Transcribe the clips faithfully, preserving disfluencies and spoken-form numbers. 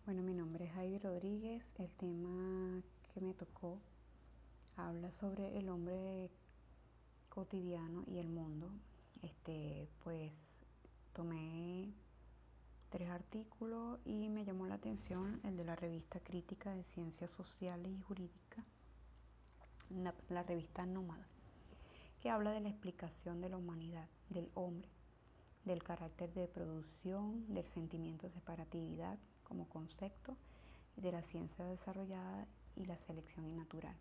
Bueno, mi nombre es Heidi Rodríguez. El tema que me tocó habla sobre el hombre cotidiano y el mundo. Este, pues tomé tres artículos y me llamó la atención el de la revista Crítica de Ciencias Sociales y Jurídicas, la, la revista Nómada, que habla de la explicación de la humanidad, del hombre, del carácter de producción, del sentimiento de separatividad como concepto, de la ciencia desarrollada y la selección natural.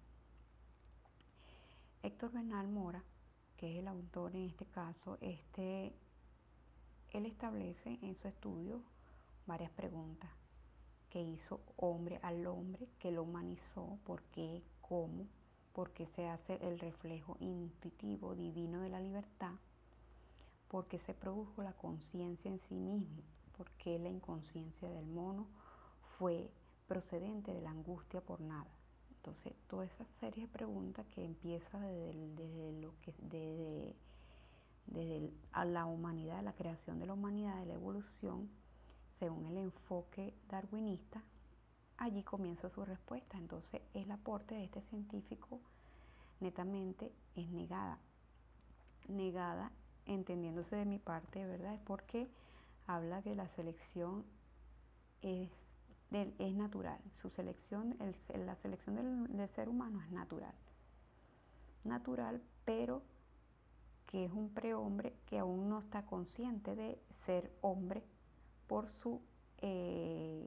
Héctor Bernal Mora, que es el autor en este caso, este, él establece en su estudio varias preguntas que hizo hombre al hombre, que lo humanizó, por qué, cómo, por qué se hace el reflejo intuitivo divino de la libertad, por qué se produjo la conciencia en sí mismo, por qué la inconsciencia del mono fue procedente de la angustia por nada. Entonces, toda esa serie de preguntas que empieza desde, desde lo que desde, desde a la humanidad, la creación de la humanidad, de la evolución, según el enfoque darwinista, allí comienza su respuesta. Entonces, el aporte de este científico netamente es negada, negada, entendiéndose de mi parte, ¿verdad? Es porque habla que la selección es del, es natural. Su selección, el, la selección del, del ser humano es natural. Natural, pero que es un prehombre que aún no está consciente de ser hombre por su, eh,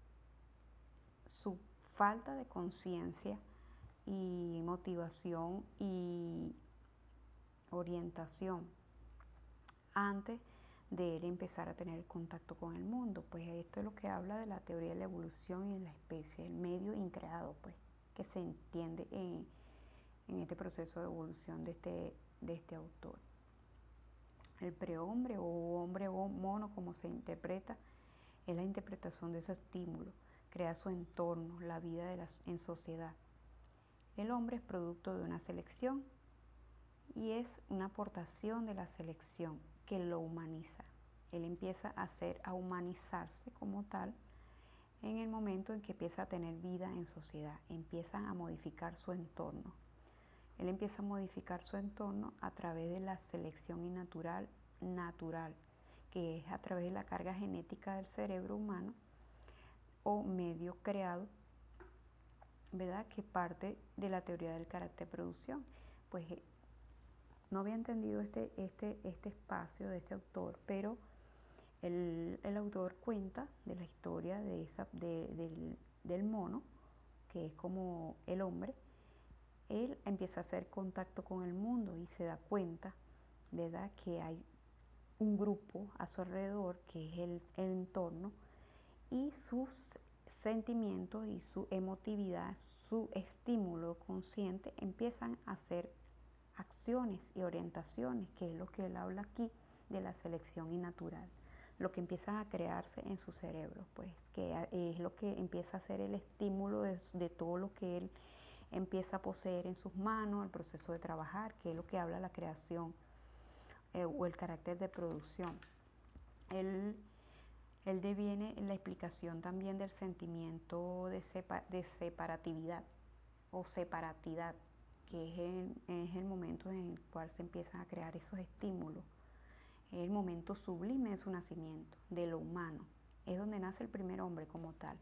su falta de conciencia y motivación y orientación antes de él empezar a tener contacto con el mundo. Pues esto es lo que habla de la teoría de la evolución y de la especie, el medio increado, pues, que se entiende en, en este proceso de evolución de este, de este autor. El prehombre o hombre o mono, como se interpreta, es la interpretación de ese estímulo, crea su entorno, la vida de la, en sociedad. El hombre es producto de una selección y es una aportación de la selección que lo humaniza. Él empieza a hacer, a humanizarse como tal en el momento en que empieza a tener vida en sociedad, empieza a modificar su entorno. Él empieza a modificar su entorno a través de la selección innatural, natural, que es a través de la carga genética del cerebro humano o medio creado, ¿verdad? Que parte de la teoría del carácter de producción. Pues no había entendido este, este, este espacio de este autor, pero el, el autor cuenta de la historia de esa, de, del, del mono, que es como el hombre. Él empieza a hacer contacto con el mundo y se da cuenta, ¿verdad?, que hay un grupo a su alrededor, que es el, el entorno, y sus sentimientos y su emotividad, su estímulo consciente empiezan a hacer acciones y orientaciones, que es lo que él habla aquí de la selección innatural, lo que empieza a crearse en su cerebro, pues que es lo que empieza a ser el estímulo de, de todo lo que él empieza a poseer en sus manos, el proceso de trabajar, que es lo que habla la creación eh, o el carácter de producción. Él, él deviene en la explicación también del sentimiento de, sepa, de separatividad o separatidad, que es el, es el momento en el cual se empiezan a crear esos estímulos. Es el momento sublime de su nacimiento, de lo humano. Es donde nace el primer hombre como tal.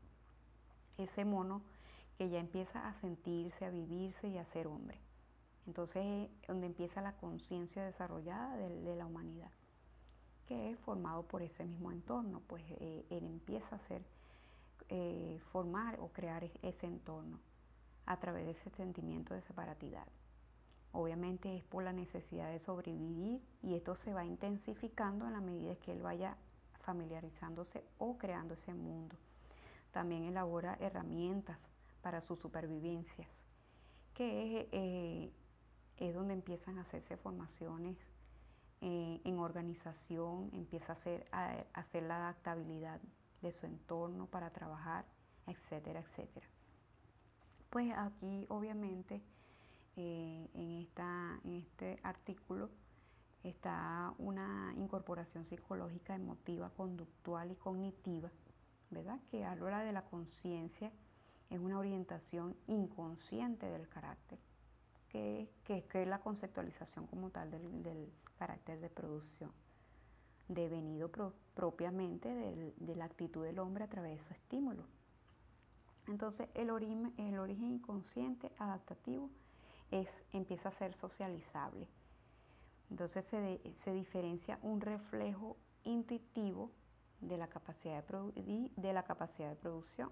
Ese mono que ya empieza a sentirse, a vivirse y a ser hombre. Entonces es donde empieza la conciencia desarrollada de, de la humanidad, que es formado por ese mismo entorno. Pues eh, él empieza a ser, eh, formar o crear ese entorno a través de ese sentimiento de separatidad. Obviamente es por la necesidad de sobrevivir y esto se va intensificando en la medida que él vaya familiarizándose o creando ese mundo. También elabora herramientas para sus supervivencias, que es, eh, es donde empiezan a hacerse formaciones eh, en organización, empieza a hacer, a, a hacer la adaptabilidad de su entorno para trabajar, etcétera, etcétera. Pues aquí obviamente eh, en, esta, en este artículo está una incorporación psicológica, emotiva, conductual y cognitiva ¿verdad? Que habla de la conciencia, es una orientación inconsciente del carácter, que, que, que es la conceptualización como tal del, del carácter de producción, devenido pro, propiamente del, de la actitud del hombre a través de su estímulo. Entonces el, ori, el origen inconsciente adaptativo es, empieza a ser socializable. Entonces se, de, se diferencia un reflejo intuitivo de la capacidad de, produ de la capacidad de producción.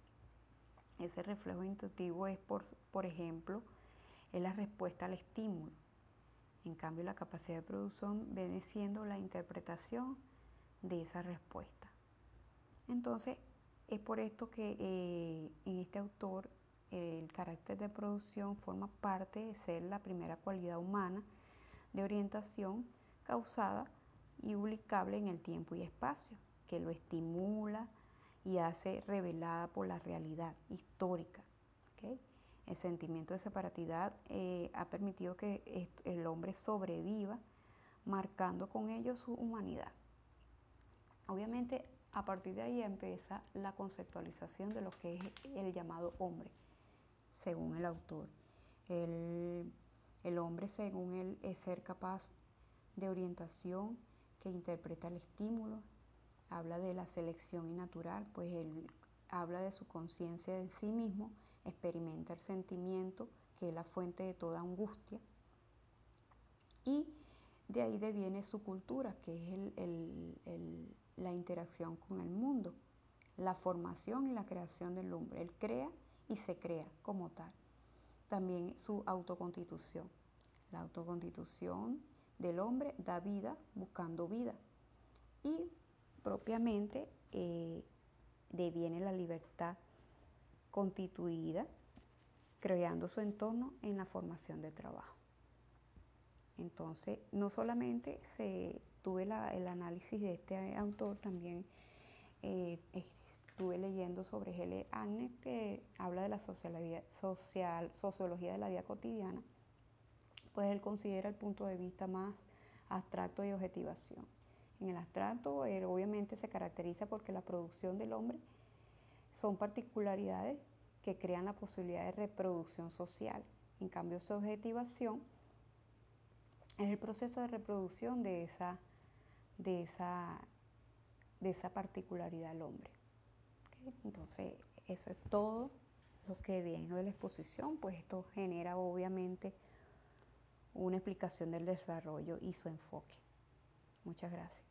Ese reflejo intuitivo es, por, por ejemplo, es la respuesta al estímulo. En cambio, la capacidad de producción viene siendo la interpretación de esa respuesta. Entonces, es por esto que eh, en este autor eh, el carácter de producción forma parte de ser la primera cualidad humana de orientación causada y ubicable en el tiempo y espacio, que lo estimula y hace revelada por la realidad histórica. ¿Okay? El sentimiento de separatidad eh, ha permitido que el hombre sobreviva, marcando con ello su humanidad. Obviamente, a partir de ahí empieza la conceptualización de lo que es el llamado hombre, según el autor. El, el hombre, según él, es ser capaz de orientación que interpreta el estímulo, habla de la selección y natural, pues él habla de su conciencia de sí mismo, experimenta el sentimiento que es la fuente de toda angustia y de ahí deviene su cultura, que es el, el, el, la interacción con el mundo, la formación y la creación del hombre. Él crea y se crea como tal. También su autoconstitución. La autoconstitución del hombre da vida buscando vida y propiamente eh, deviene la libertad constituida creando su entorno en la formación de trabajo. Entonces, no solamente se, tuve la, el análisis de este autor, también eh, estuve leyendo sobre Helle Agne, que habla de la social, social, sociología de la vida cotidiana, pues él considera el punto de vista más abstracto y objetivación. En el abstracto, él obviamente se caracteriza porque la producción del hombre son particularidades que crean la posibilidad de reproducción social. En cambio, su objetivación es el proceso de reproducción de esa, de esa, de esa particularidad del hombre. ¿Okay? Entonces, eso es todo lo que viene de la exposición, pues esto genera obviamente una explicación del desarrollo y su enfoque. Muchas gracias.